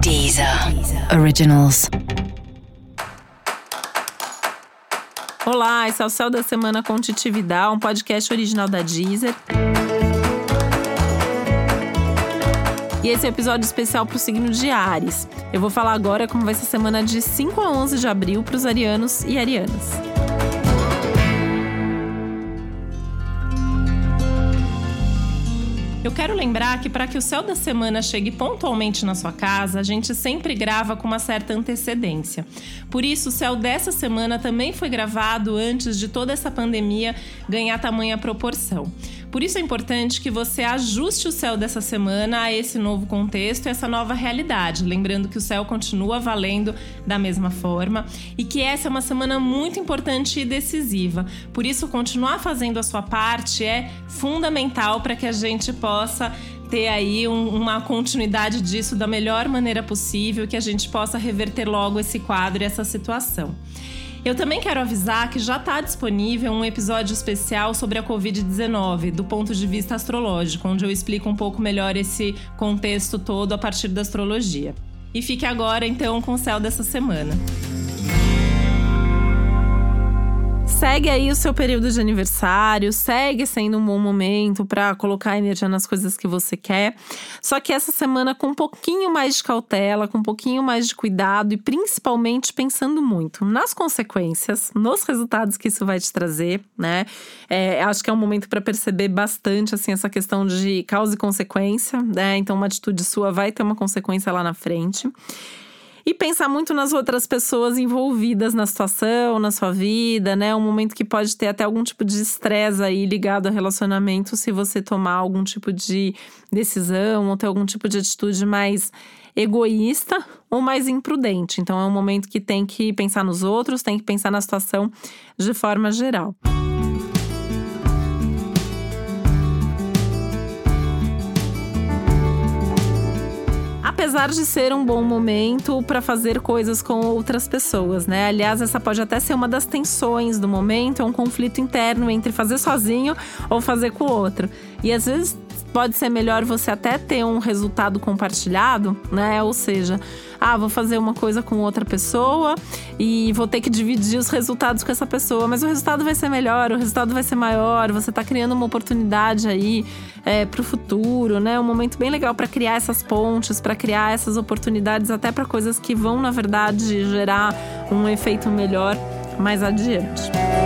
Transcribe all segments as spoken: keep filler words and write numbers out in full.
Deezer Originals. Olá, esse é o Céu da Semana com Titi Vidal, um podcast original da Deezer. E esse é um episódio especial para o signo de Áries. Eu vou falar agora como vai ser a semana de cinco a onze de abril para os arianos e arianas. Eu quero lembrar que para que o Céu da Semana chegue pontualmente na sua casa, a gente sempre grava com uma certa antecedência. Por isso, o Céu dessa semana também foi gravado antes de toda essa pandemia ganhar tamanha proporção. Por isso é importante que você ajuste o Céu dessa semana a esse novo contexto e essa nova realidade. Lembrando que o Céu continua valendo da mesma forma e que essa é uma semana muito importante e decisiva. Por isso, continuar fazendo a sua parte é fundamental para que a gente possa ter aí um, uma continuidade disso da melhor maneira possível, que a gente possa reverter logo esse quadro e essa situação. Eu também quero avisar que já está disponível um episódio especial sobre a covid dezenove, do ponto de vista astrológico, onde eu explico um pouco melhor esse contexto todo a partir da astrologia. E fique agora, então, com o Céu dessa semana. Segue aí o seu período de aniversário, segue sendo um bom momento para colocar energia nas coisas que você quer. Só que essa semana com um pouquinho mais de cautela, com um pouquinho mais de cuidado e principalmente pensando muito nas consequências, nos resultados que isso vai te trazer, né? É, acho que é um momento para perceber bastante assim, essa questão de causa e consequência, né? Então uma atitude sua vai ter uma consequência lá na frente. E pensar muito nas outras pessoas envolvidas na situação, na sua vida, né? Um momento que pode ter até algum tipo de estresse aí ligado ao relacionamento se você tomar algum tipo de decisão ou ter algum tipo de atitude mais egoísta ou mais imprudente. Então é um momento que tem que pensar nos outros, tem que pensar na situação de forma geral. Apesar de ser um bom momento para fazer coisas com outras pessoas, né? Aliás, essa pode até ser uma das tensões do momento, é um conflito interno entre fazer sozinho ou fazer com o outro. E às vezes pode ser melhor você até ter um resultado compartilhado, né? Ou seja, ah, vou fazer uma coisa com outra pessoa e vou ter que dividir os resultados com essa pessoa, mas o resultado vai ser melhor, o resultado vai ser maior, você tá criando uma oportunidade aí é, pro futuro, né? Um momento bem legal para criar essas pontes, para criar essas oportunidades até para coisas que vão, na verdade, gerar um efeito melhor mais adiante.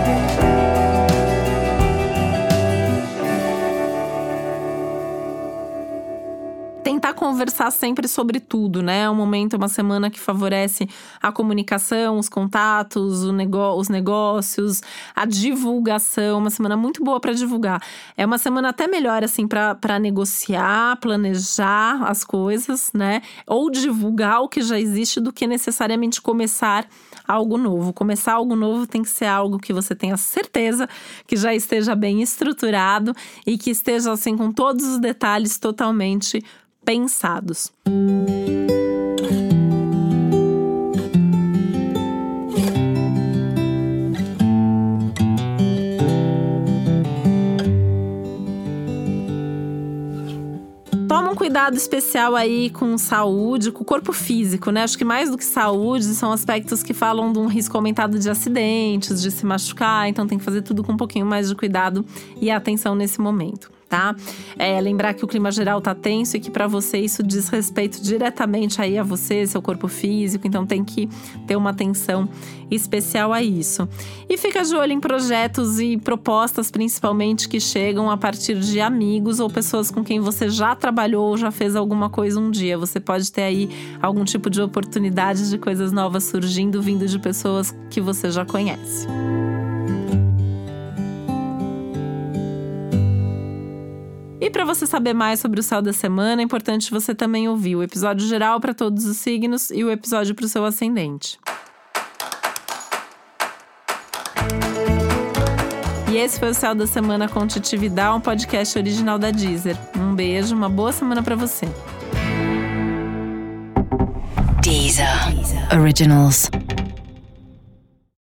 Tentar conversar sempre sobre tudo, né? É um momento, uma semana que favorece a comunicação, os contatos, o nego- os negócios, a divulgação. Uma semana muito boa para divulgar. É uma semana até melhor, assim, para negociar, planejar as coisas, né? Ou divulgar o que já existe do que necessariamente começar algo novo. Começar algo novo tem que ser algo que você tenha certeza que já esteja bem estruturado e que esteja, assim, com todos os detalhes totalmente pensados. Toma um cuidado especial aí com saúde, com o corpo físico, né? Acho que mais do que saúde, são aspectos que falam de um risco aumentado de acidentes, de se machucar. Então tem que fazer tudo com um pouquinho mais de cuidado e atenção nesse momento, tá? É, lembrar que o clima geral tá tenso e que para você isso diz respeito diretamente aí a você, seu corpo físico. Então tem que ter uma atenção especial a isso. E fica de olho em projetos e propostas, principalmente, que chegam a partir de amigos ou pessoas com quem você já trabalhou ou já fez alguma coisa um dia. Você pode ter aí algum tipo de oportunidade de coisas novas surgindo, vindo de pessoas que você já conhece. E para você saber mais sobre o céu da semana, é importante você também ouvir o episódio geral para todos os signos e o episódio para o seu ascendente. E esse foi o Céu da Semana com Titi Vidal, um podcast original da Deezer. Um beijo, uma boa semana para você. Deezer Originals.